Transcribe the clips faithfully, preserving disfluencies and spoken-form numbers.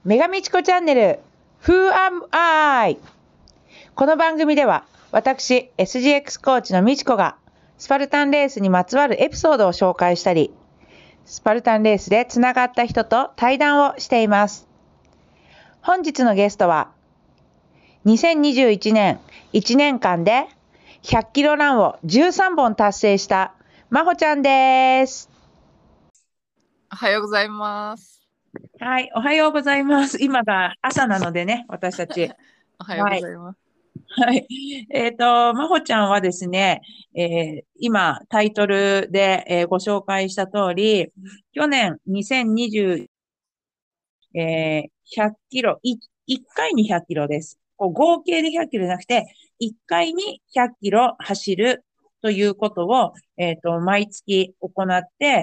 メガミチコチャンネル Who am I? この番組では私 エスジーエックス コーチのみちこがスパルタンレースにまつわるエピソードを紹介したり、スパルタンレースでつながった人と対談をしています。本日のゲストはにせんにじゅういちねんいちねんかんでひゃっキロランをじゅうさんぼん達成したまほちゃんです。 おはようございます。 はい、おはようございます。今が朝なのでね、私たち。 おはようございます。 はい。えっと、まほちゃんはですね、えー今、タイトルで、えーご紹介した通り、去年にせんにじゅう、えーひゃっキロ、いいっかいにひゃっキロです。こう合計でひゃっキロじゃなくて、いっかいにひゃっキロ走るということを、えっと、毎月行って、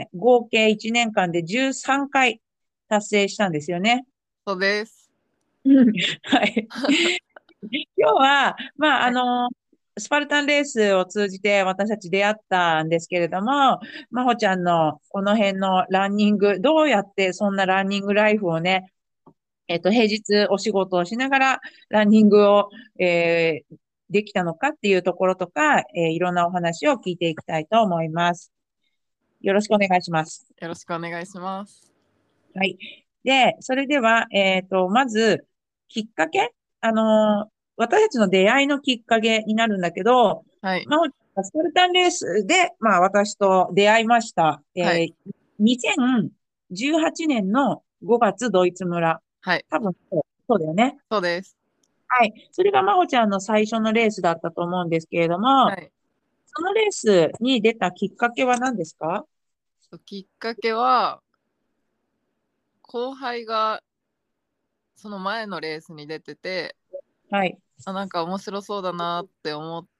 合計いちねんかんでじゅうさんかい達成したんですよね。 そうです。 うんはい。今日は、まあ、 はい。 あの、スパルタンレースを通じて私たち出会ったんですけれども、まほちゃんのこの辺のランニング、どうやってそんなランニングライフをね、えっと、平日お仕事をしながらランニングを、えーできたのかっていうところとか、えーいろんなお話を聞いていきたいと思います。よろしくお願いします。 よろしくお願いします。 はい。で、それでは、えっと、まず、きっかけあのー私たちの出会いのきっかけになるんだけど、 はい。 まあ、スパルタンレースで、まあ、私と出会いました。 はい。 えーにせんじゅうはちねんのごがつ、ドイツ村。 はい。 多分そう、そうだよね。 そうです。 はい。それがまほちゃんの最初のレースだったと思うんですけれども、 はい。 そのレースに出たきっかけは何ですか？ きっかけは、後輩がその前のレースに出てて、 はい。 あ、なんか面白そうだなって思って、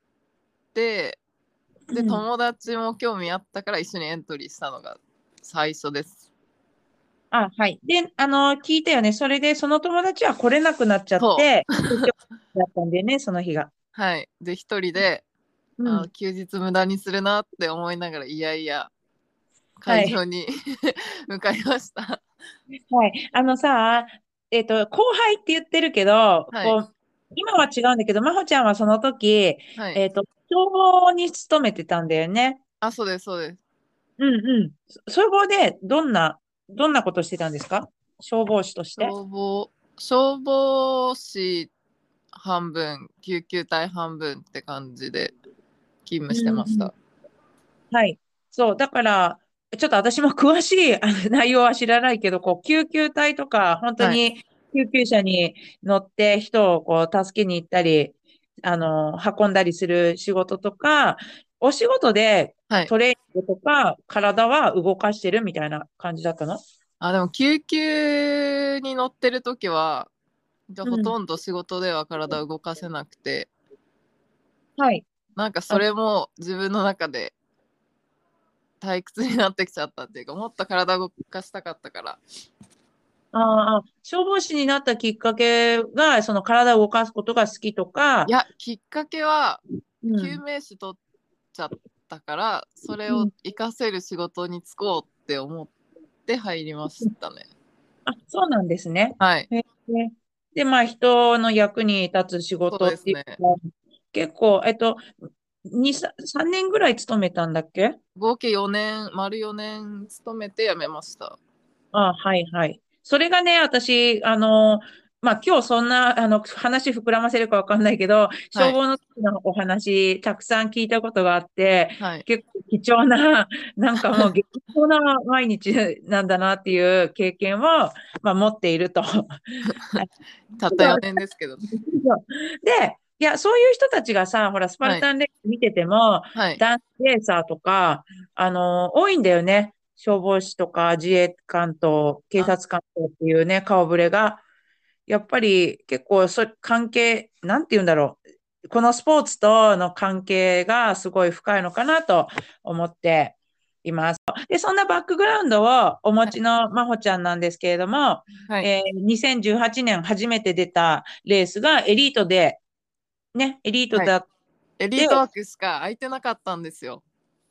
で、 うん。 友達も興味あったから一緒にエントリーしたのが最初です。 あ、はい。で、あの、聞いたよね。それで、その友達は来れなくなっちゃっそう。 て、結局だったんでね、その日が。 はい。で、一人で、あ、 うん。 休日無駄にするなって思いながら、いやいや、 はい。 会場に向かいました。 はい。あのさ、えっと、後輩って言ってるけど、 はい。 こう、今は違うんだけど、まほちゃんはその時、 はい。 えっと、消防に勤めてたんだよね。 あ、そうです、そうです。 うんうん。そ消防で、どんな、どんなことしてたんですか？消防士として。 消防、消防士半分、救急隊半分って感じで勤務してうんうん。 ました。 はい。そう。だから、ちょっと私も詳しいあの内容は知らないけど、こう、救急隊とか、本当はい。 に救急車に乗って人をこう、助けに行ったり、あの、運んだりする仕事とか、お仕事ではい。 トレーニングとか、体は動かしてるみたいな感じだったの？ あ、でも救急に乗ってるときは、じゃあほうん。 とんど仕事では体を動かせなくて、 はい。 なんかそあ、 れも自分の中で退屈になってきちゃったっていうか、もっと体を動かしたかったから。 ああ、消防士になったきっかけが、その体を動かすことが好きとか、 いや、きっかけは、救うん。 命士取っちゃったから、それをうん。 活かせる仕事に就こうって思って入りましたね。 あ、そうなんですね。 はい。 へえ。で、まあ、人の役に立つ仕事っていそうですね。 うのは、結構、えっと、に、さんねんぐらい勤めたんだっけ？ 合計よねん、丸よねん勤めて辞めました。 あ、はいはい。それがね、私、あの、まあ、今日そんな、あの、話膨らませるかわかんないけど、 はい。 消防の時のお話、たくさん聞いたことがあって、 はい。 結構貴重な、なんかもう激高な毎日なんだなっていう経験を、まあ、持っていると。 たったよねんですけどね。 で、いや、そういう人たちがさ、ほら、スパルはい。 タンレース見てても、 はい。 男子レーサーとか、あの、多いんだよね。消防士とか自衛官と警あ、 察官とっていうね、顔ぶれが。やっぱり結構そ、関係、なんて言うんだろう。このスポーツとの関係がすごい深いのかなと思っています。で、そんなバックグラウンドをお持はい。 ちのまほちゃんなんですけれども、 はい。 えーにせんじゅうはちねん初めて出たレースがエリートで、ね、エリートはい。 だって、 エリート枠しか空いてなかったんですよ。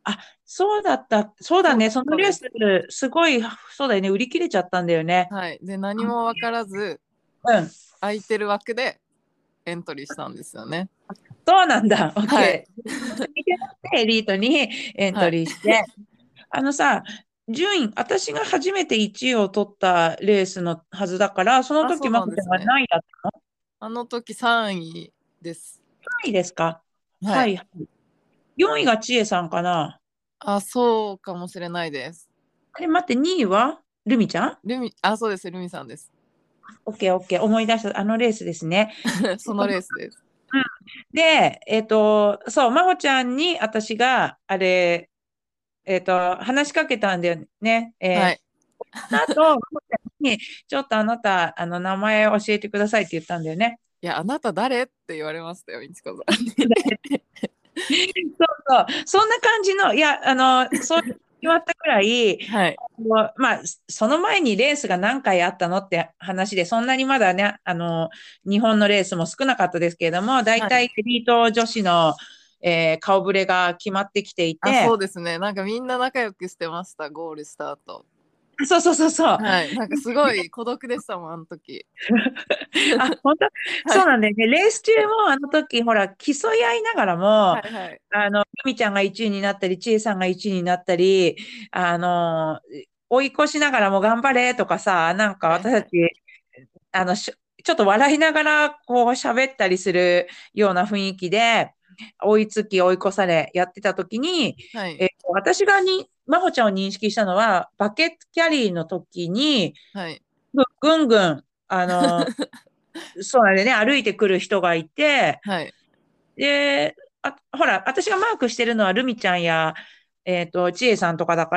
あ、そうだった。そうだね。 そう、 そのレース、 そうです。 すごい、そうだよね。売り切れちゃったんだよね。 はい。で、何も分からず、 うん。 空いてる枠でエントリーしたんですよね。 そうなんだ。オッはい。 ケー。見てもらってエリートにエントはい。 リーして。あのさ、順位、私が初めていちいを取ったレースのはずだから、そのあ、そ時、 うまこちゃんがなんですね。 何位だったの？ あの時さんいです。 何位ですか？ はい。 はい。よんいがちえさんかな。 あ、そうかもしれないです。 あれ、待って、にいはルミちゃん？ ルミ、あ、そうです。ルミさんです。 オッケー、オッケー。思い出した。あのレースですね。 そのレースです。 うん。で、えっと、そう、まほちゃんに私が、あれ、えっと、話しかけたんだよね。えー、 はい。 その後、まほちゃんに、ちょっとあなた、あの、名前教えてくださいって言ったんだよね。 いや、あなた誰って言われましたよ、みちこさんに。 そうそう。そんな感じの、いや、あの、そう決まったくらい、 はい。 あのまあ、その前にレースが何回あったのって話で、そんなにまだね、あの、日本のレースも少なかったですけれども、大はい。 体エリート女子の、えー顔ぶれが決まってきていあ、そて、 うですね。なんかみんな仲良くしてました、ゴールした後。 そうそうそうそう。 はい。なんかすごい孤独でしたもん、あの時。 あ、本当？ はい。 そうなんだよね。レース中もあの時、ほら、競い合いながらも、 はいはい。 あの、みちゃんがいちいになったり、ちえさんがいちいになったり、あの、追い越しながらも頑張れとかさ、なんかはいはい。 私たち、あの、しちょっと笑いながらこう喋ったりするような雰囲気で、追いつき追い越されやってた時に、 はい。 えっと、私がに、真帆ちゃんを認識したのは、バケットキャリーの時に、 はい。 ぐぐんぐん、あの、そうなんでね、歩いてくる人がいて、 はい。 で、あ、ほら、私がマークしてるのはルミちゃんや、えっと、ちえさんとかだから、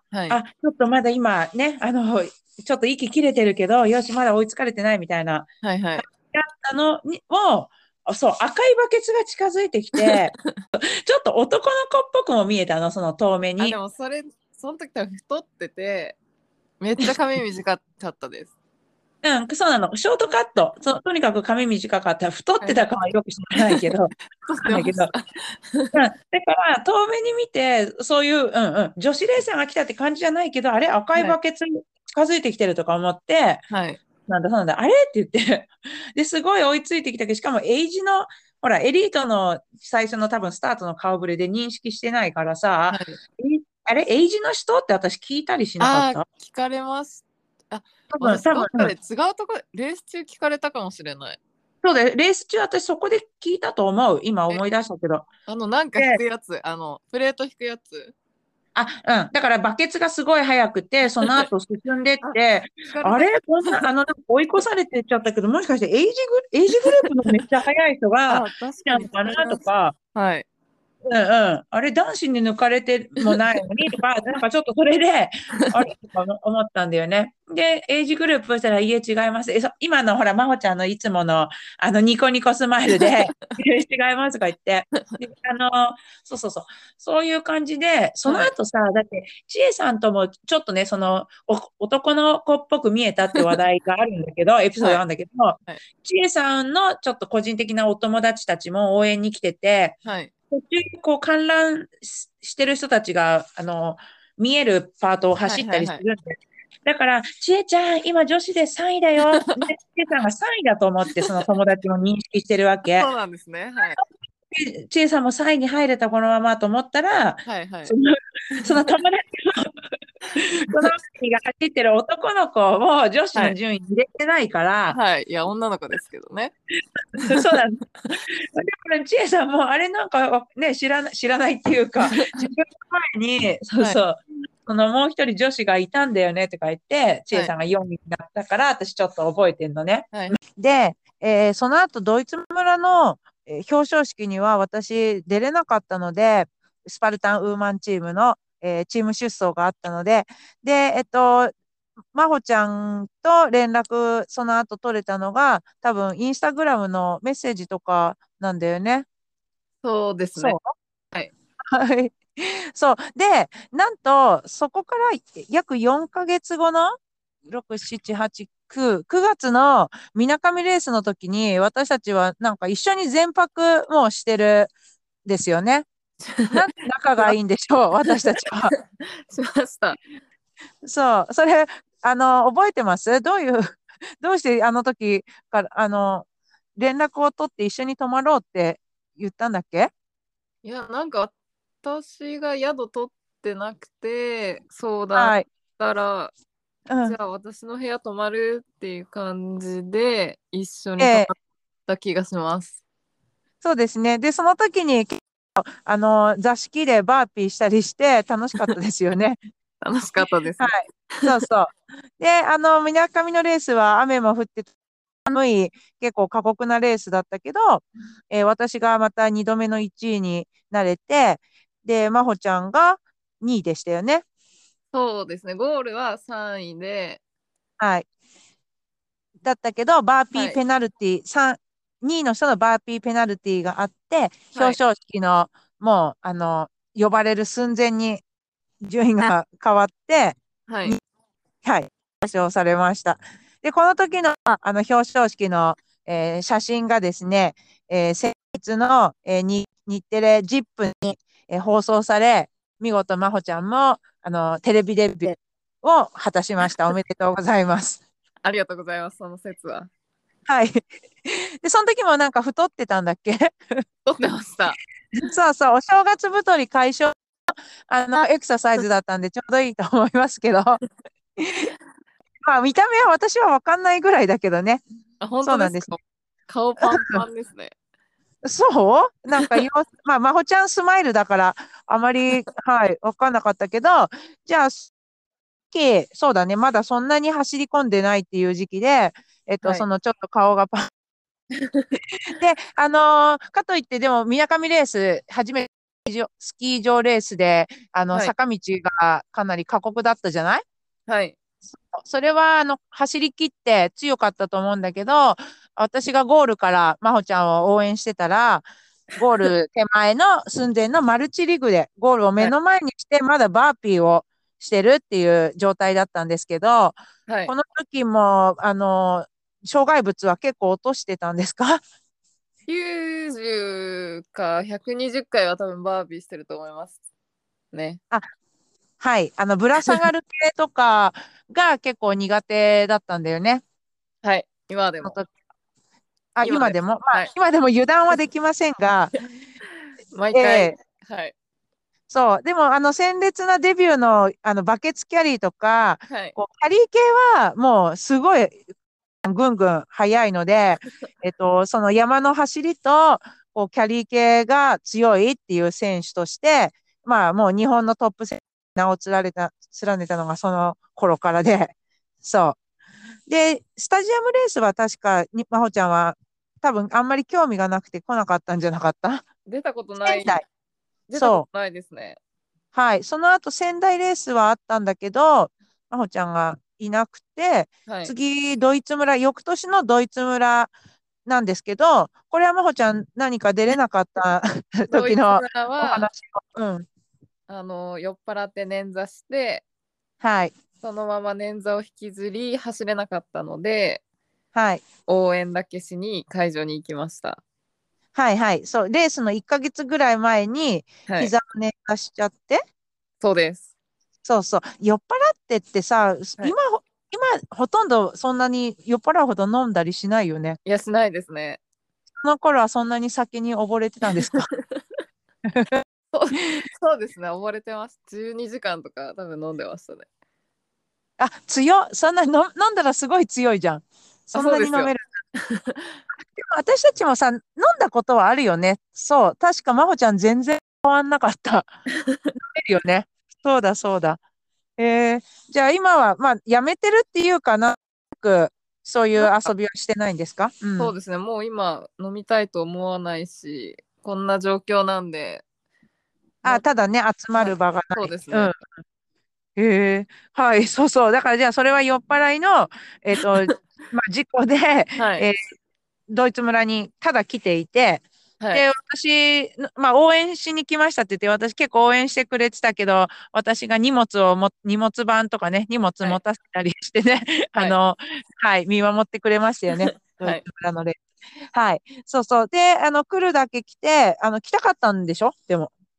はい。 あ、ちょっとまだ今ね、あの、ちょっと息切れてるけど、よし、まだ追いつかれてないみたいな、 はいはい。 やったのに、を、そう、赤いバケツが近づいてきて、ちょっと男の子っぽくも見えたの、その遠目あ、でに。 もそれ、その時多分太ってて、めっちゃ髪短かったです。 うん、そうなの。ショートカット。そう、とにかく髪短かった。太っはいはい。 てたかはよく知らないけど、わ太ってかんないけど、 ました。 うん。だから、遠目に見て、そういう、うんうん、女子レーサーが来たって感じじゃないけど、あれ、赤いはい。 バケツに近づいてきてるとか思って、 はい。 なんだ、そうなんだ、あれって言って、で、すごい追いついてきたけど、しかもエイジの、ほら、エリートの最初の多分スタートの顔ぶれで認識してないからさ、 はい。 えあれ、エイジの人って私聞いたりしなかっああ、 た？ 聞かれます。あ、 多分、 私多分、 どっかで違うとこ、レース中聞かれたかもしれない。 そうだよ。レース中、私そこで聞いたと思う。今え、 思い出したけど。 あの、なんか引で、 くやつ、あの、プレート引くやつ。 あ、うん。だからバケツがすごい速くて、その後進んでっあ、 て、 聞かれたかあれこんな、あの、なんか追い越されてっちゃったけど、もしかしてエイジグ、エイジグループのめっちゃ速い人が、 あ、確かに聞来たのかなかれましとか、 た。はい。 うんうん。あれ、男子に抜かれてもないのにとか、なんかちょっとそれで、あれとか思思ったんだよね。で、エイジグループしたら、いえ、違います。え、そ今のほら、真帆ちゃんのいつもの、あの、ニコニコスマイルで、いえ違いますとか言って。で、あの、そうそうそう。そういう感じで、そのはい。 後さ、だって、千恵さんともちょっとね、その、お男の子っぽく見えたって話題があるんだけど、エピソードはい。 があるんだけど、 はい。 千恵さんのちょっと個人的なお友達たちも応援に来てて、 はい。 途中にこう観覧ししてる人たちが、あの、見えるパートをはい。 走ったはい。はい。 りするんで。だから、ちえちゃん、今女子でさんいだよ。で、ちえさんがさんいだと思って、その友達も認識してるわけ。 そうなんですね。はい。 でちえさんもさんいに入れたこのままと思ったら、 はい。はい。 その、その友達も、その前が走ってる男の子を女子はい。 の順位に入れてないから、 はい。いや、女の子ですけどね。 そうなんだから、千恵さんも、あれなんかね、知らない、知らないっていうか、自分の前に、そうはい。 そう、そのもう一人女子がいたんだよねとか言って、千恵はい。 さんがよんいになったから、私ちょっと覚えてんのね。 はい。 で、えーその後、ドイツ村のえー表彰式には私出れなかったので、スパルタンウーマンチームの、えーチーム出走があったので、で、えっと、真帆ちゃんと連絡、その後取れたのが、多分、インスタグラムのメッセージとかなんだよね。 そうですね。 そう。 はい。 はい。そう。で、なんと、そこから約よんかげつごのろく、しち、はち、きゅう、くがつのみなかみレースの時に、私たちはなんか一緒に全泊もしてるんですよね。 なんで仲がいいんでしょう、私たちは。 しました。 そう、それ、あの、覚えてますどういう、どうしてあの時から、あの、連絡を取って一緒に泊まろうって言ったんだっけ？ いや、なんか私が宿取ってなくて、相談しはい。 たら、 うん。 じゃあ私の部屋泊まるっていう感じで一緒に泊ええ、 まった気がします。 そうですね。で、その時に、あの、座敷でバーピーしたりして楽しかったですよね。 楽しかったですね。 はい。そうそう。で、あの、みなかみのレースは雨も降って寒い、結構過酷なレースだったけど、えー私がまたにどめのいちいになれて、で、真帆ちゃんがにいでしたよね。 そうですね。ゴールはさんいで、 はい。だったけど、バーピはい。 ーペナルティ、さん、にいの人のバーピーペナルティがあって、表はい。 彰式の、もう、あの、呼ばれる寸前に順位が変わって、 はい。 にはい、表彰されました。で、この時の、あの、表彰式の、えー写真がですね、えー先日の、えーに日テレ ジップ に、えー放送され、見事、真帆ちゃんも、あの、テレビデビューを果たしました。おめでとうございます。 ありがとうございます。その説は。 はい。で、その時もなんか太ってたんだっけ？ 撮ってました。 そうそう、お正月太り解消、あの、エクササイズだったんでちょうどいいと思いますけど、まあ、見た目は私はわかんないぐらいだけどね。 あ、本当ですか？ そうなんです。 顔パンパンですね。 そうなんかよ、まあ、まほちゃんスマイルだから、あまり、はい、わかんなかったけど、じゃあ、さっきそうだね、まだそんなに走り込んでないっていう時期で、えっと、 はい。 そのちょっと顔がパン。で、あのーかといって、でも、みなかみレース、初めてスキー場レースで、あの、 はい。 坂道がかなり過酷だったじゃない？ はい。 それは、あの、走り切って強かったと思うんだけど、私がゴールから真帆ちゃんを応援してたら、ゴール手前の寸前のマルチリグで、ゴールを目はい。 の前にして、まだバーピーをしてるっていう状態だったんですけど、 はい。 この時も、あの、障害物は結構落としてたんですか？ きゅうじゅうかひゃくにじゅっかいは多分バービーしてると思いますね。 あ、はい。あの、ぶら下がる系とかが結構苦手だったんだよね。 はい。今でも。 その時あ、 今でも。 今でも、まあ、 はい。 今でも油断はできませんが、 毎回。 ええ、 はい。 そう。でも、あの、鮮烈なデビューの、あの、バケツキャリーとか、 はい。 こう、キャリー系は、もう、すごい、ぐんぐん速いので、えっと、その山の走りと、こう、キャリー系が強いっていう選手として、まあ、もう日本のトップ選手に名を連ねた、連ねたのがその頃からで、そう。で、スタジアムレースは確かに、真帆ちゃんは多分あんまり興味がなくて来なかったんじゃなかった？ 出たことない。 仙台。 出たことそう。 ないですね。 はい。その後仙台レースはあったんだけど、真帆ちゃんがいなくて、 はい。 次、ドイツ村、翌年のドイツ村なんですけど、これは真帆ちゃん何か出れなかったドイツ時の村は、 お話を。うん。 あの、酔っ払って捻挫して、 はい。 そのまま捻挫を引きずり走れなかったので、 はい。 応援だけしに会場に行きました。 はい。はい。そう。レースのいっかげつぐらい前にはい。 膝を捻挫しちゃって、 そうです。 そうそう。酔っ払ってってさ、 はい。 今ほ、今ほとんどそんなに酔っ払うほど飲んだりしないよね。 いや、しないですね。 その頃はそんなに酒に溺れてたんですか？ そうそうですね。溺れてます。じゅうにじかんとか多分飲んでましたね。 あ、強い。そんな飲、飲んだらすごい強いじゃん。 あ、 そんそうですよ。 なに飲める。でも私たちもさ、飲んだことはあるよね。そう。確か真帆ちゃん全然変わんなかった。飲めるよね。そうだ、そうだ。えー、じゃあ今は、まあ、やめてるっていうかなく、そういうなんか、 遊びはしてないんですか？うん。 そうですね。もう今飲みたいと思わないし、こんな状況なんで、 あ、 の、 ただね、集まはい。 る場がない。 そうですね。 うん。へえ、はい、そうそう。だからじゃあ、それは酔っ払いの、えっと、まあ、事故で、 はい。 えードイツ村にただ来ていて、 はい。 で、私、まあ、応援しに来ましたって言って、私結構応援してくれてたけど、私が荷物をも、荷物版とかね、荷物はい。 持たせたりしてね、あはい。 の、はい、見守ってくれましたよね。ドイツはい。 村のレ。はい。そうそう。で、あの、来るだけ来て、あの、来たかったんでしょでも。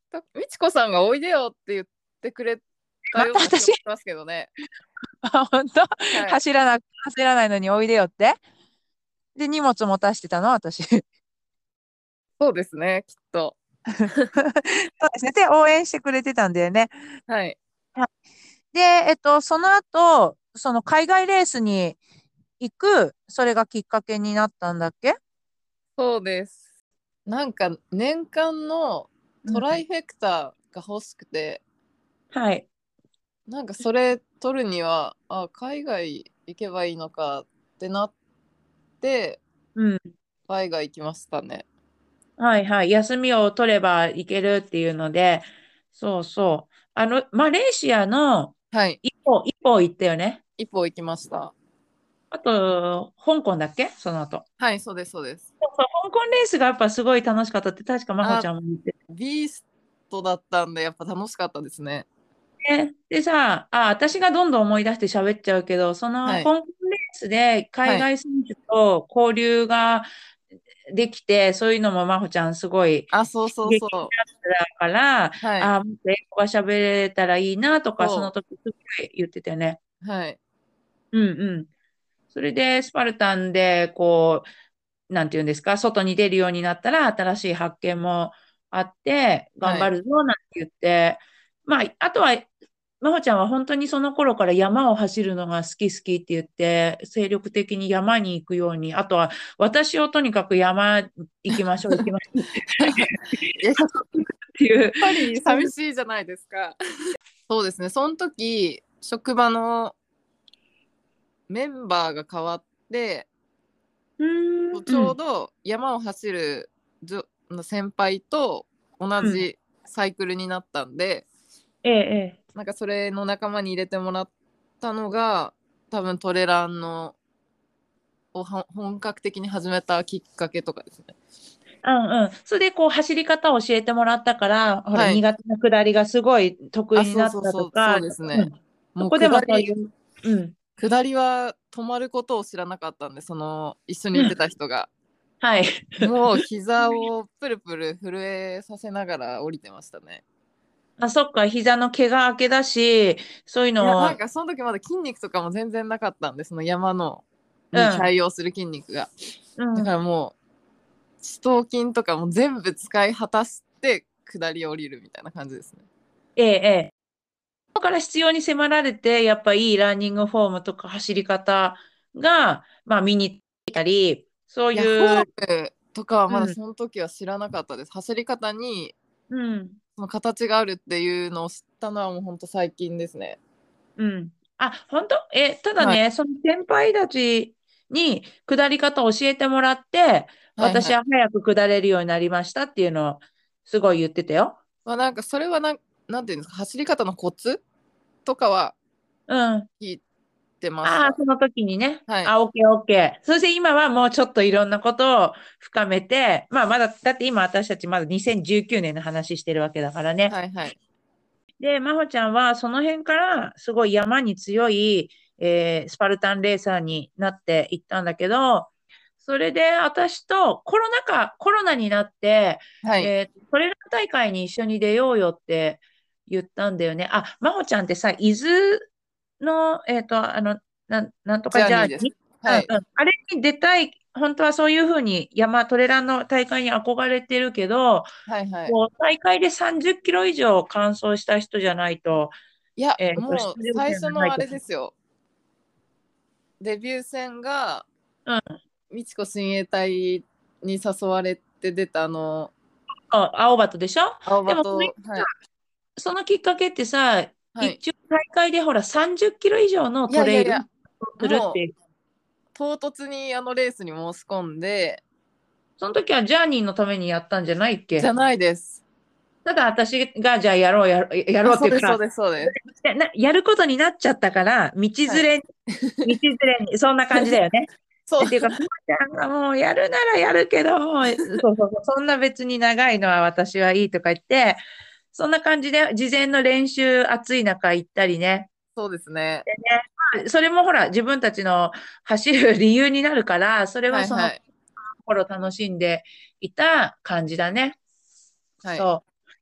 とみちこさんがおいでよって言ってくれたまような気がた私、 しますけどね。 あ、本当？ はい。 走らな、走らないのにおいでよって。で、荷物持たしてたの、私。そうそうですね、きっと。 ですね。で、応援してくれてたんだよね。 はい。 はい。で、えっと、その後、その海外レースに行く、それがきっかけになったんだっけ？ そうです。なんか年間のトラうん。 イフェクターが欲しくて、 はい。 なんかそれ取るには、あ、海外行けばいいのかってなって、 うん。 海外行きましたね。 はいはい。休みを取ればいけるっていうので、そうそう。あの、マレーシアのはい。 一歩、一歩行ったよね。 一歩行きました。 あと、香港だっけその後。 はい、そうです、そうです。 そうそう、香港レースがやっぱすごい楽しかったって、確か真帆ちあ、 ゃんも言ってビーストだったんで、やっぱ楽しかったですね。 たね。でさ、あ、私がどんどん思い出して喋っちゃうけど、そのはい。 香港レースで海はい。 外選手と交流ができて、そういうのも真帆ちゃんすごいあ、そう刺激にそうそう。 なったから、 はい。 あ、もっと英語が喋れたらいいなとか、そのそ時すごい言ってたよね。 う。はい。 うんうん。それで、スパルタンで、こう、なんていうんですか、外に出るようになったら、新しい発見もあって、頑はい。 張るぞ、なんて言って、まあ、あとは、真帆ちゃんは本当にその頃から山を走るのが好き好きって言って、精力的に山に行くように、あとは、私をとにかく山行きましょう、行きましょうっていや、やっ誘っていくっていう、 ぱりそういう、 寂しいじゃないですか。そうですね。その時、職場のメンバーが変わって、 うーん、 ちょううん、 ど山を走るじょ先輩と同うん、 じサイクルになったんで、 ええ、ええ。 なんかそれの仲間に入れてもらったのが、多分トレランのを本格的に始めたきっかけとかですね。 うんうん。それでこう走り方を教えてもらったから、ほら、 はい。 苦手な下りがすごい得あ、 意になっそうそうそう、そたとか、 うですね。 うん。そもうこでも下り、 そういう、うん。 下りは止まることを知らなかったんで、その一緒に行ってた人が。 はい。 もう膝をプルプル震えさせながら降りてましたね。 あ、そっか、膝の毛が明けだし、そういういや、なのを、 んかその時まだ筋肉とかも全然なかったんで、その山のにうん、 対応する筋肉が。だかうん、 らもう、四頭筋とかも全部使い果たして下り降りるみたいな感じですね。 ええ、ええ。だから必要に迫られて、やっぱいいランニングフォームとか走り方が、まあ身についたり、そういや、フォいう、 ームとかはまだうん、 その時は知らなかったです。走り方にうん、 その形があるっていうのを知ったのはもうほんと最近ですね。 うん。あ、本当？え、ただはい。 ね、その先輩たちに下り方を教えてもらって、私はいはい。 は早く下れるようになりましたっていうのをすごい言ってたよ。 まあなんかそれはなん、なんていうんですか、走り方のコツとかはうん。 聞いてましああ、 た。 その時にね。 はい。 あ、オッケーオッケー。そして今はもうちょっといろんなことを深めて、まあまだ、だって今私たちまだにせんじゅうきゅうねんの話してるわけだからね。 はいはい。 で、真帆ちゃんはその辺からすごい山に強い、えースパルタンレーサーになっていったんだけど、それで私とコロナ禍、コロナになって、 はい。 えートレーラー大会に一緒に出ようよって言ったんだよね。あ、真帆ちゃんってさ、伊豆の、えっと、あの、なん、なんとかジャーニーです。 ジャーニー、 はい。 うんうん、あれに出たい、本当はそういうふうに山、トレランの大会に憧れてるけど、 はいはい。 こう大会でさんじゅっキロ以上完走した人じゃないと、 いや、 えっと、出もう場最権がないと。 初のあれですよ。デビュー戦がうん。 美智子親衛隊に誘われて出たあの、 あ、青バトでしょ？ 青でもそれ、 葉と、はい。 そのきっかけってさ、 はい。 一応大会でほらさんじゅっキロ以上のいやトレイルいやいや、 をするっもうて、 唐突にあのレースに申し込んで、 その時はジャーニーのためにやったんじゃないっけ？ じゃないです。 ただ私がじゃあやろうやろう、やろあ、 うっていうか、 そうですそうですそうです。 なやることになっちゃったから、道はい。 連れ、道連れに、そんな感じだよね。 そう。 っていうか、くまちゃんがもうやるならやるけど、そうそうそう、そんな別に長いのは私はいいとか言って、そんな感じで事前の練習、暑い中行ったりね。 そうですね。 でね、まあそれもほら、自分たちの走る理由になるから、それはそのはいはい。 頃楽しんでいた感じだね。 はい。 そう。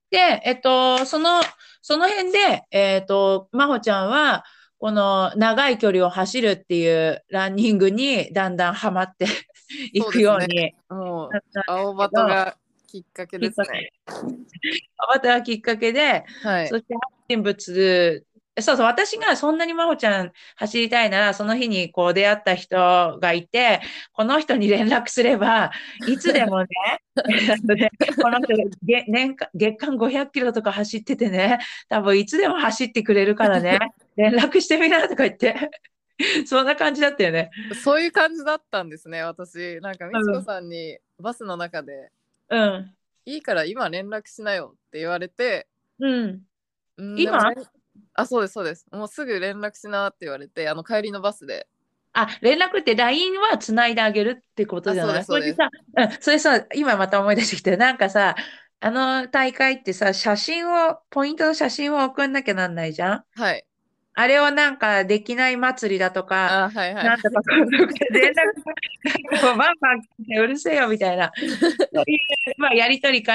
で、えっと、その、その辺で、えっと、まほちゃんは、この長い距離を走るっていうランニングにだんだんハマっていくそうですね。 ようにもう、 なったんです青バトけど、 がきっかけきっかけ、 ですね。 またきっかけで、 はい。 そして発信物、そうそう、私がそんなに真帆ちゃん走りたいなら、その日にこう出会った人がいて、この人に連絡すれば、いつでもね、あのねこの人が月年間、月間ごひゃっキロとか走っててね、多分いつでも走ってくれるからね、連絡してみなとか言って、そんな感じだったよね。 そういう感じだったんですね、私。なんか、 うみちこん。 さんにバスの中で、 うん。 いいから今連絡しなよって言われて、 うん。 んでも今連、あ、そうです、そうです。もうすぐ連絡しなって言われて、あの帰りのバスで。 あ、連絡って ライン はつないであげるってことあ、そうです、 じゃない？ そうです。 それでさ、うん、それさ、今また思い出してきて、なんかさ、あの大会ってさ、写真を、ポイントの写真を送んなきゃなんないじゃん。 はい。 あれをなんかできない祭りだとか、 あ、はいはいはい。 なんとか、連絡がバンバン来てうるせえよみたいな、そういう、まあ、やりとりから、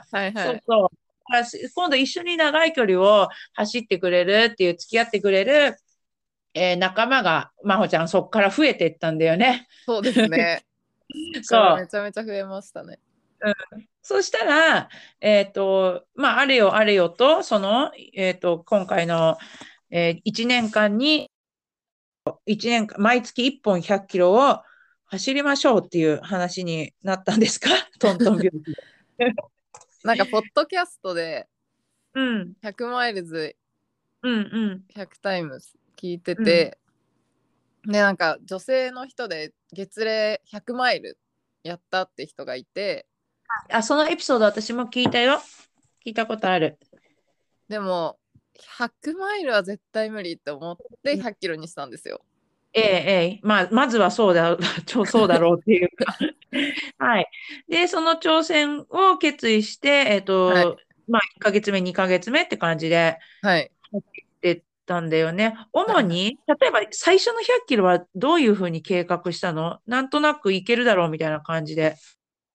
はいはい。 そうそう、あ今度一緒に長い距離を走ってくれるっていう、付き合ってくれる、えー仲間が、まほちゃん、そこから増えていったんだよね。 そうですね。だそからめう。 ちゃめちゃ増えましたね。 うん、そしたら、えっと、まあ、あれよあれよと、その、えっと、今回の、えー、いちねんかんに、いちねんかん、毎月いっぽんひゃっキロを走りましょうっていう話になったんですか？トントン拍子で。 なんか、ポッドキャストでうん、 ひゃくマイルズうん、うん、 ひゃくタイムズ聞いてうん。 て、で、なんか女性の人で月齢ひゃくマイルやったって人がいて、 あ、そのエピソード私も聞いたよ。聞いたことある。 でもひゃくマイルは絶対無理って思ってひゃっキロにしたんですよ。 ええ、ええ、まあ、まずはそうだ、そうだろうっていうか。はい。で、その挑戦を決意して、えっと、 はい。 まあ、いっかげつめ、にかげつめって感じではい。 入ってったんだよね。 はいはい。 主に、例えば最初のひゃっキロはどういうふうに計画したの？なんとなくいけるだろうみたいな感じで。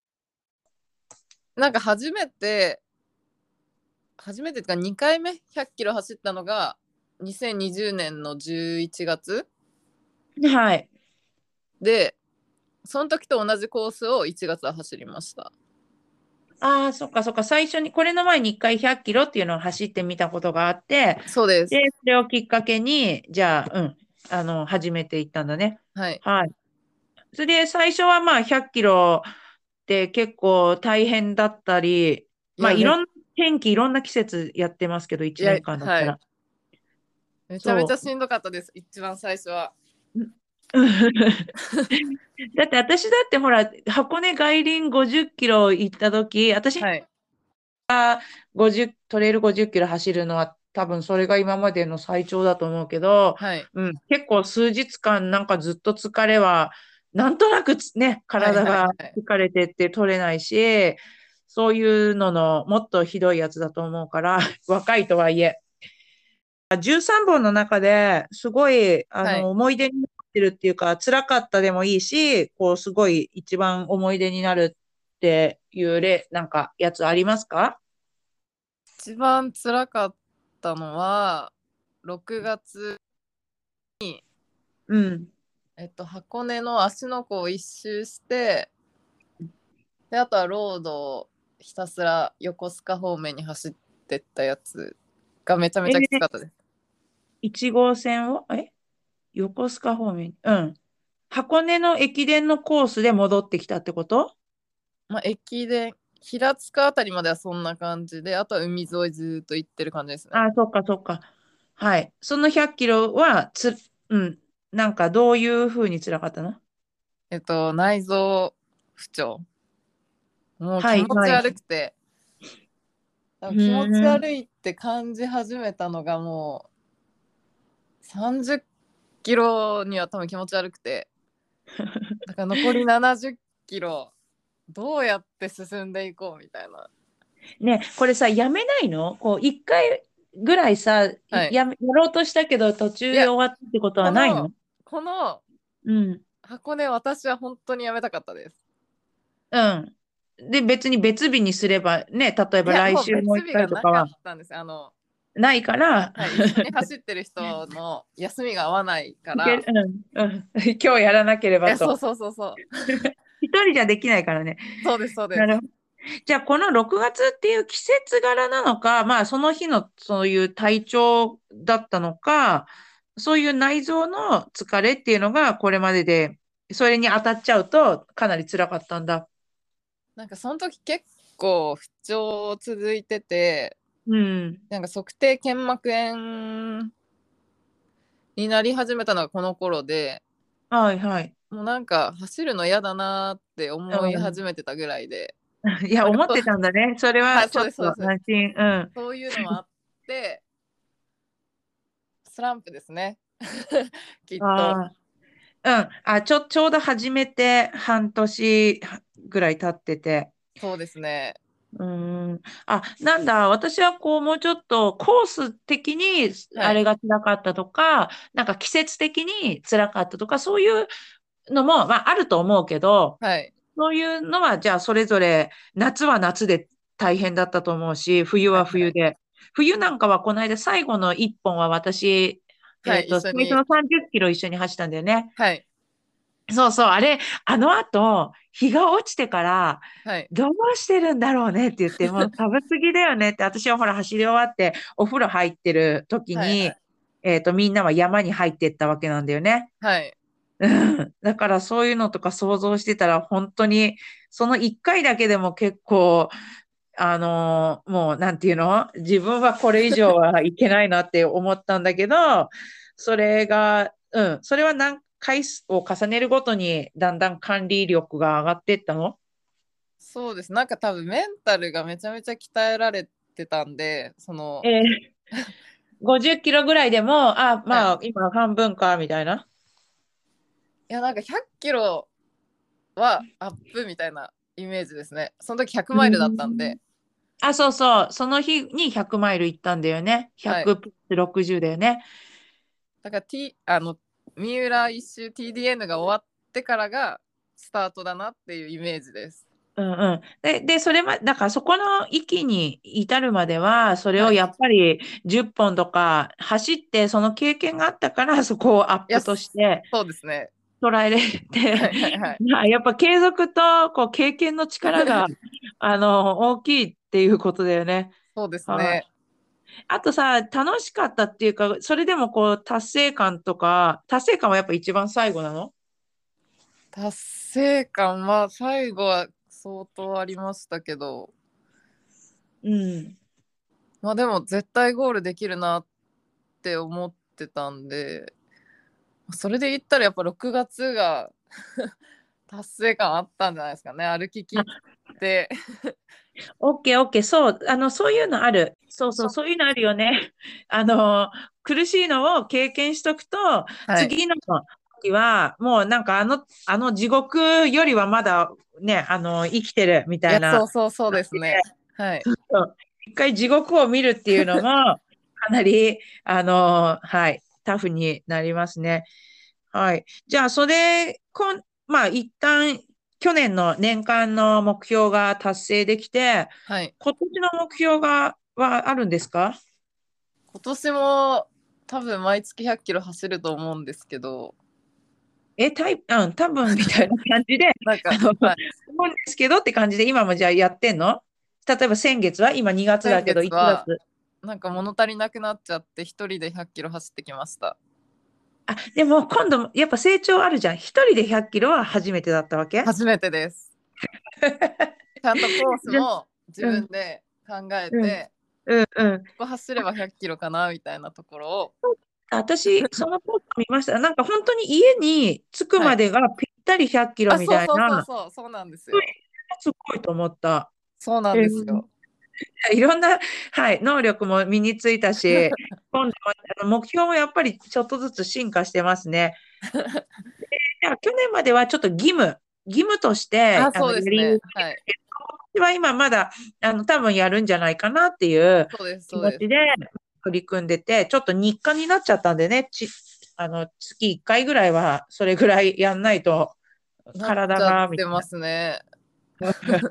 なんか初めて、初めてってかにかいめひゃっキロ走ったのがにせんにじゅうねんのじゅういちがつはい。 で、その時と同じコースをいちがつは走りました。 ああ、そっかそっか。最初に、これの前にいっかいひゃっキロっていうのを走ってみたことがあって、 そうです。 で、それをきっかけに、じゃあ、うん、あの、始めていったんだね。 はい。 はい。それで最初はまあひゃっキロって結構大変だったり、 いや、め、 まあいろんな天気、いろんな季節やってますけど、1 いや、 年間だっはい。 たら。 めちゃめちゃそしんどかったです、一番最初は。 う。だって私だってほら、箱根外輪ごじゅっキロ行った時、私はい。 ごじゅう、トレイルごじゅっキロ走るのは多分それが今までの最長だと思うけど、 はい。 うん、結構数日間なんかずっと疲れは、なんとなくつね、 はいはい体がはい。 疲れてって取れないし、そういうののもっとひどいやつだと思うから、若いとはいえ。じゅうさんぼんの中ですごいあはい。 の思い出になってるっていうか、辛かったでもいいし、こうすごい一番思い出になるっていう例、なんかやつありますか？ 一番辛かったのは、ろくがつ、 うん。 えっと、箱根の芦ノ湖を一周して、で、あとはロードをひたすら横須賀方面に走ってったやつがめちゃめちゃきつえー、 かったです。 いち号線を、え横須賀方面。うん。箱根の駅伝のコースで戻ってきたってこと？ まあ、駅伝、平塚あたりまではそんな感じで、あとは海沿いずっと行ってる感じですね。 あ、そっかそっか。はい。そのひゃっキロは、つ、うん。なんかどういうふうに辛かったの？ えっと、内臓不調。もう気持ちはいはい。 悪くて、 う気持ちーん。 悪いって感じ始めたのがもうさんじゅっキロには多分気持ち悪くて、だから残りななじゅっキロどうやって進んでいこうみたいな。 ね、これさ、やめないの？こう、一回ぐらいさ、 はい。 いやめ、やろうとしたけど途中いや、 で終わったってことはないの？ この、このうん。 箱根私は本当にやめたかったです。 うん。 で、別に別日にすればね、例えばいや、もう来週もう一別日がなかっ回とかはたんです。あの、 ないから、 はい、一緒に走ってる人の休みが合わないかいけら、 うんうん、今日やらなければえ、そうと。 そうそうそう。 一人じゃできないからね。 そうです、そうです。 なるほど。じゃあ、このろくがつっていう季節柄なのか、まあ、その日のそういう体調だったのか、そういう内臓の疲れっていうのがこれまでで、それに当たっちゃうとかなり辛かったんだ。 なんかその時結構不調続いてて、 うん。 なんか足底腱膜炎になり始めたのがこの頃で、 はいはい。 もうなんか走るの嫌だなって思いうん。 始めてたぐらいで、 いや、 なんかそう、 思ってたんだね。それはい、 はちょっそうです、そうです、そうです。 と安心。うん。 そういうのもあって、スランプですね。きっと。 ああ、うん。あ、ちょ、ちょうど始めて半年ぐらい経ってて。 そうですね。 うーん。あ、なんだ、私はこう、もうちょっとコース的にはい。 あれが辛かったとか、なんか季節的に辛かったとか、そういうのも、まあ、あると思うけど、 はい。 そういうのは、じゃあ、それぞれ、夏は夏で大変だったと思うし、冬ははい。はい。 冬で。冬なんかは、この間、最後の一本は私、 はい。 えっと、 一緒に。 最初のさんじゅっキロ一緒に走ったんだよね。 はい。 そうそう、あれ、あの後、日が落ちてから、 はい。 どうしてるんだろうねって言って、もう食べ過ぎだよねって、私はほら走り終わって、お風呂入ってる時はい。はに、 い。 えっと、みんなは山に入ってったわけなんだよね。 はい。 うん。だからそういうのとか想像してたら、本当に、その一回だけでも結構、あのーもう、なんていうの自分はこれ以上はいけないなって思ったんだけど、それが、うん、それは何回を重ねるごとに、だんだん管理力が上がっていったの？ そうです。なんか多分メンタルがめちゃめちゃ鍛えられてたんで、その、 えー、ごじゅっキロぐらいでも、あ、 はい。 まあ、今半分か、みたいな。 いや、なんかひゃっキロはアップみたいなイメージですね。その時ひゃくうマイルだったんん。 で、 あ、そうそう。その日にひゃくマイル行ったんだよね。 はい。 ひゃくプラスろくじゅうだよね。 だから、T、あの、三浦一周 ティーディーエヌ が終わってからがスタートだなっていうイメージです。 うんうん。で、で、それま、だからそこの域に至るまでは、それはい。 をやっぱりじゅっぽんとか走って、その経験があったから、そこをアッいや、 プとしてそうですね。 捉えれて、 はいはいはい。 まあやっぱ継続とこう経験の力が、あの、大きいっていうことだよね。 そうですはい。 ね。 あとさ、楽しかったっていうか、それでもこう、達成感とか、達成感はやっぱ一番最後なの？ 達成感は最後は相当ありましたけど、 うん。 まあでも絶対ゴールできるなって思ってたんで、それで言ったらやっぱろくがつが達成感あったんじゃないですかね。歩き切って。 オッケーオッケー、そう、あの、そういうのある。そうそう、そういうのあるよね。あの、苦しいのを経験しとくと、 はい。 次の時は、もうなんかあの、あの地獄よりはまだね、あの、生きてるみいや、 たいなそうそうそう感じで、 ですね。はい。 そう一回地獄を見るっていうのも、かなり、あの、はい、タフになりますね。はい。じゃあ、それ、こん、まあ、一旦、去年の年間の目標が達成できて、 はい。 今年の目標が、はあるんですか？ 今年も多分毎月ひゃっキロ走ると思うんですけど、 え、タイ、うん、多分みたいな感じで、 なんか、 あの、思はい。 うんですけどって感じで、今もじゃあやってんの？例えば先月は、今にがつだ先けど、1 月は月。 なんか物足りなくなっちゃって一人でひゃっキロ走ってきました。 あ、でも今度、やっぱ成長あるじゃん。一人でひゃっキロは初めてだったわけ？ 初めてです。ちゃんとコースじゃ、 も自うん、 分で考えうん、 て、 うん、うん。 ここ走ればひゃっキロかなみたいなところを、 私、そのポスト見ました。なんか本当に家に着くはい。 までがぴったりひゃっキロあ、 みそうそうそうたいな、 そう、そうなんですそういうよ。 のすごいと思った。 そうなんえですよ。 ーいろんな、はい、能力も身についたし、今度もあの目標もやっぱりちょっとずつ進化してますね。いや去年まではちょっと義務、義務としあ、 て、あの、 そうやり、 ですね。はい。 私は今まだ、あの、多分やるんじゃないかなっていうそうです、そうです。 気持ちで取り組んでて、ちょっと日課になっちゃったんでね、ち、あの、月いっかいぐらいはそれぐらいやんないとなっちゃっ体が、みたいな。 てますね。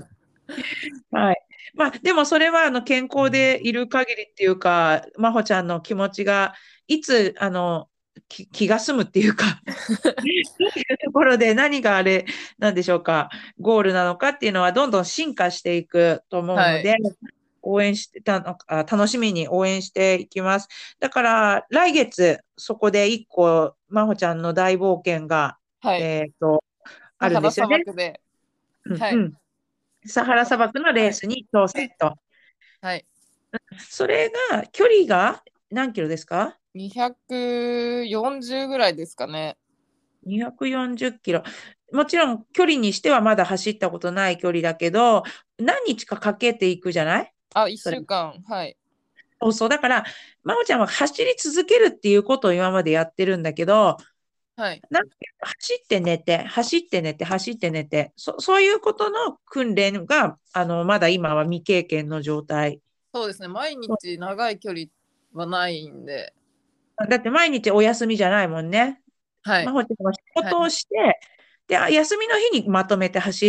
はい。まあ、でもそれは、あの、健康でいる限りっていうか、まほちゃんの気持ちが、いつ、あの、き気が済むっていうか、どういうところで何があれなんでしょうか、ゴールなのかっていうのはどんどん進化していくと思うはい。 ので、応援してた、あ楽しみに応援していきます。だから、来月、そこで一個、まほちゃんの大冒険が、 はい。 えっと、あサハラ砂るんですよね。 漠で。 うんはい。 うん。サハラ砂漠のレはい。 ースに挑戦と。 はい。 それが、距離が何キロですか？ にひゃくよんじゅうぐらいですかね。 にひゃくよんじゅっ キロ。もちろん距離にしてはまだ走ったことない距離だけど、何日かかけていくじゃないあ、1 それ。 週間。はい。 そうそう。だから、まおちゃんは走り続けるっていうことを今までやってるんだけど、 はい。 なんか走って寝て、走って寝て、走って寝て、そ、そういうことの訓練が、あの、まだ今は未経験の状態。 そうですね。毎日長い距離はないんで。 だって毎日お休みじゃないもんね。 はい。 まほちゃんは仕はい。 事をして、で、あ休みの日にまとめて走って、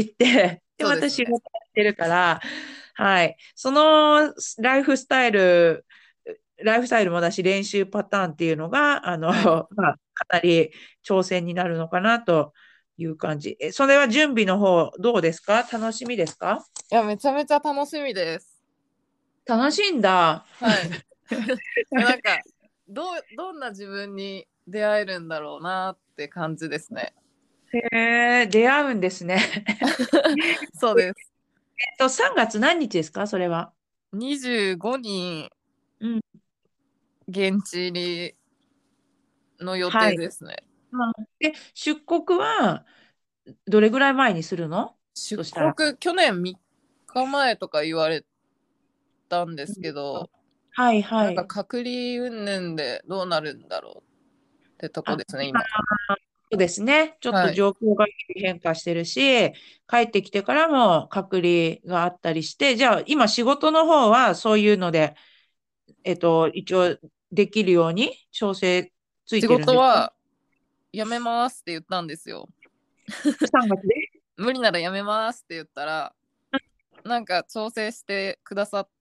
で、 そうですね。 また仕事やってるから、はい。そのライフスタイル、ライフスタイルもだし、練習パターンっていうのが、あの、 はい。 まあ、かなり挑戦になるのかなという感じ。え、それは準備の方、どうですか？楽しみですか？ いや、めちゃめちゃ楽しみです。 楽しいんだ。 はい。いや、なんか、どう、どんな自分に出会えるんだろうなって感じですね。 へえ、出会うんですね。 そうです。 えっと、さんがつ何日ですか？それは。 にじゅうごにうん。 ん現地入りの予はい。 定ですね。 うんで、出国はどれぐらい前にするの？ 出そしたら。 国、去年みっかまえとか言われたんでうんすけど、 はいはなんかい。 隔離云々でどうなるんだろうってとこあ、 ですね、 ま今。 あ、そうですね。ちょっとはい。 状況が変化してるし、帰ってきてからも隔離があったりして、じゃあ今仕事の方はそういうので、えっと、一応できるように調整つい仕てるんですか？ 事は辞めますって言ったんですよ。 さん 月で。 無理なら辞めますって言ったら、なんか調整してくださって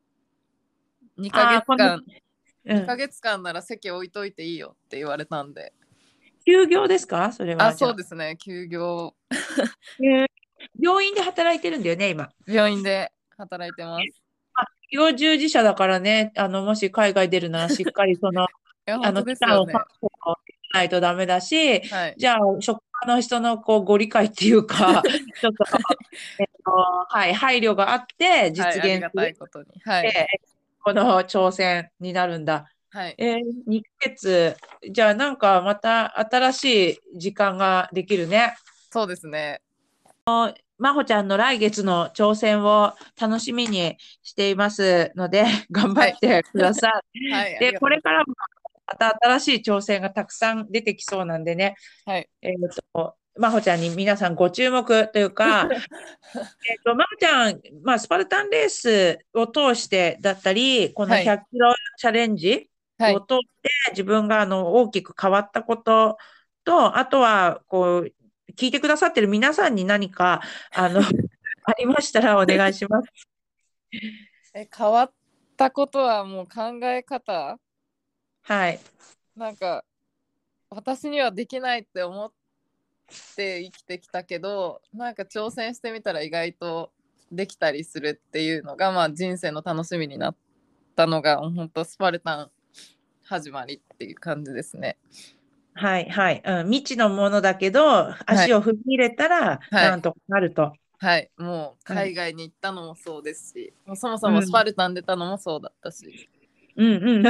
、2 ああ、この、 ヶ月間、2 うん。 ヶ月間なら席置いといていいよって言われたんで。 休業ですか？それあ、 は、じゃあ。 そうですね、休業、 えー病院で働いてるんだよね、今。 病院で働いてます。 あ、医療従事者だからね、あの、もし海外出るならしっかりその、 いや、 あの、 本当で期間を確すよね。 保しないとダメだし、 はい。 じゃあ、職場の人のこうご理解っていうか、ちょっと、えっと、はい、配慮があってはい、 実ありが現するたいことに。はい。 って、この挑戦になるんだ。 はい。 えー、にかげつ、じゃあなんかまた新しい時間ができるね。 そうですね。 まほちゃんの来月の挑戦を楽しみにしていますので、頑張はい。 ってください。 はい、ありで、 がとうございます。 これからもまた新しい挑戦がたくさん出てきそうなんでね、 はい。 えっと、まほちゃんに皆さんご注目というか、えっと、まほちゃん、まあ、スパルタンレースを通してだったり、このはい。 ひゃっキロチャレンジはい。 を通って自分があの大きく変わったことと、あとは、こう、聞いてくださってる皆さんに何か、あの、ありましたらお願いします。 え、変わったことはもう考え方、 はい。 なんか私にはできないって思って生きてきたけど、なんか挑戦してみたら意外とできたりするっていうのが、まあ、人生の楽しみになったのが本当スパルタン始まりっていう感じですね。 はい、はい。うん、未知のものだけど、足をはい。 踏み入れたら、 はいなんとかなると。 はい、もうはい。 海外に行ったのもそうですし、もうそもそうん、 もスパルタン出たのもそうだったし。 うん、うん。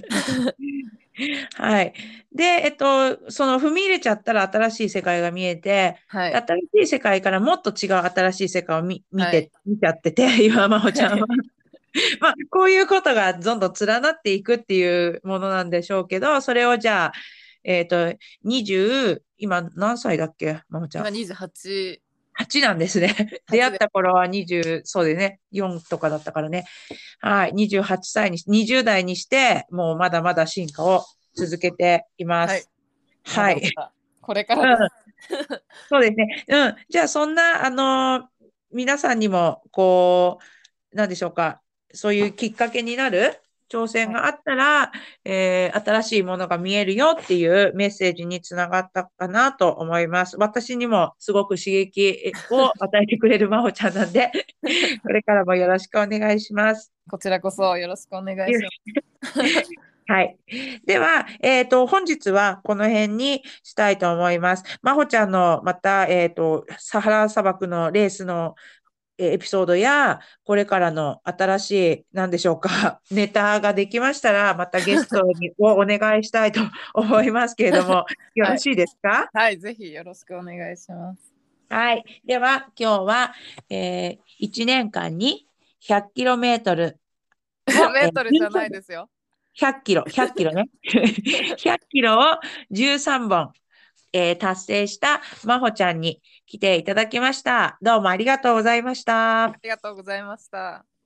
はい。で、えっと、その踏み入れちゃったら新しい世界が見えて、ではい。 新しい世界からもっと違う新しい世界を見、見はい。 て、見ちゃってて、今、真帆ちゃんは。 はい。 まあ、こういうことがどんどん連なっていくっていうものなんでしょうけど、それをじゃあ、えっと、にじゅう、今何歳だっけ、真帆ちゃん。 今にじゅうはち、 はちなんですね。出会っはちで。 た頃はにじゅう、そうですね、よんとかだったからね。はい、にじゅうはっさいにし、にじゅう代にして、もうまだまだ進化を続けていまはい。 す。 まはい。 だまだ。これからです。 うん、そうですね。うん。じゃあ、そんな、あの、 皆さんにも、こう、なんでしょうか、そういうきっかけになる挑戦はい。 があったら、えー新しいものが見えるよっていうメッセージにつながったかなと思います。私にもすごく刺激を与えてくれる真帆ちゃんなんで、これからもよろしくお願いします。 こちらこそよろしくお願いします。 はい。では、えっと、本日はこの辺にしたいと思います。真帆ちゃんのまた、えっと、サハラ砂漠のレースのえーエピソードや、これからの新しい、なんでしょうか、ネタができましたら、またゲストにをお願いしたいと思いますけれども、よはい。 ろしいですか？ はい、ぜひよろしくお願いします。 はい。では、今日は、えー、いちねんかんに ひゃくキロメートル を、 メえー、 ートルじゃないですよ。 ひゃくキロ、ひゃくキロね。ひゃくキロをじゅうさんぼん、えー達成した真帆ちゃんに来ていただきました。どうもありがとうございました。 ありがとうございました。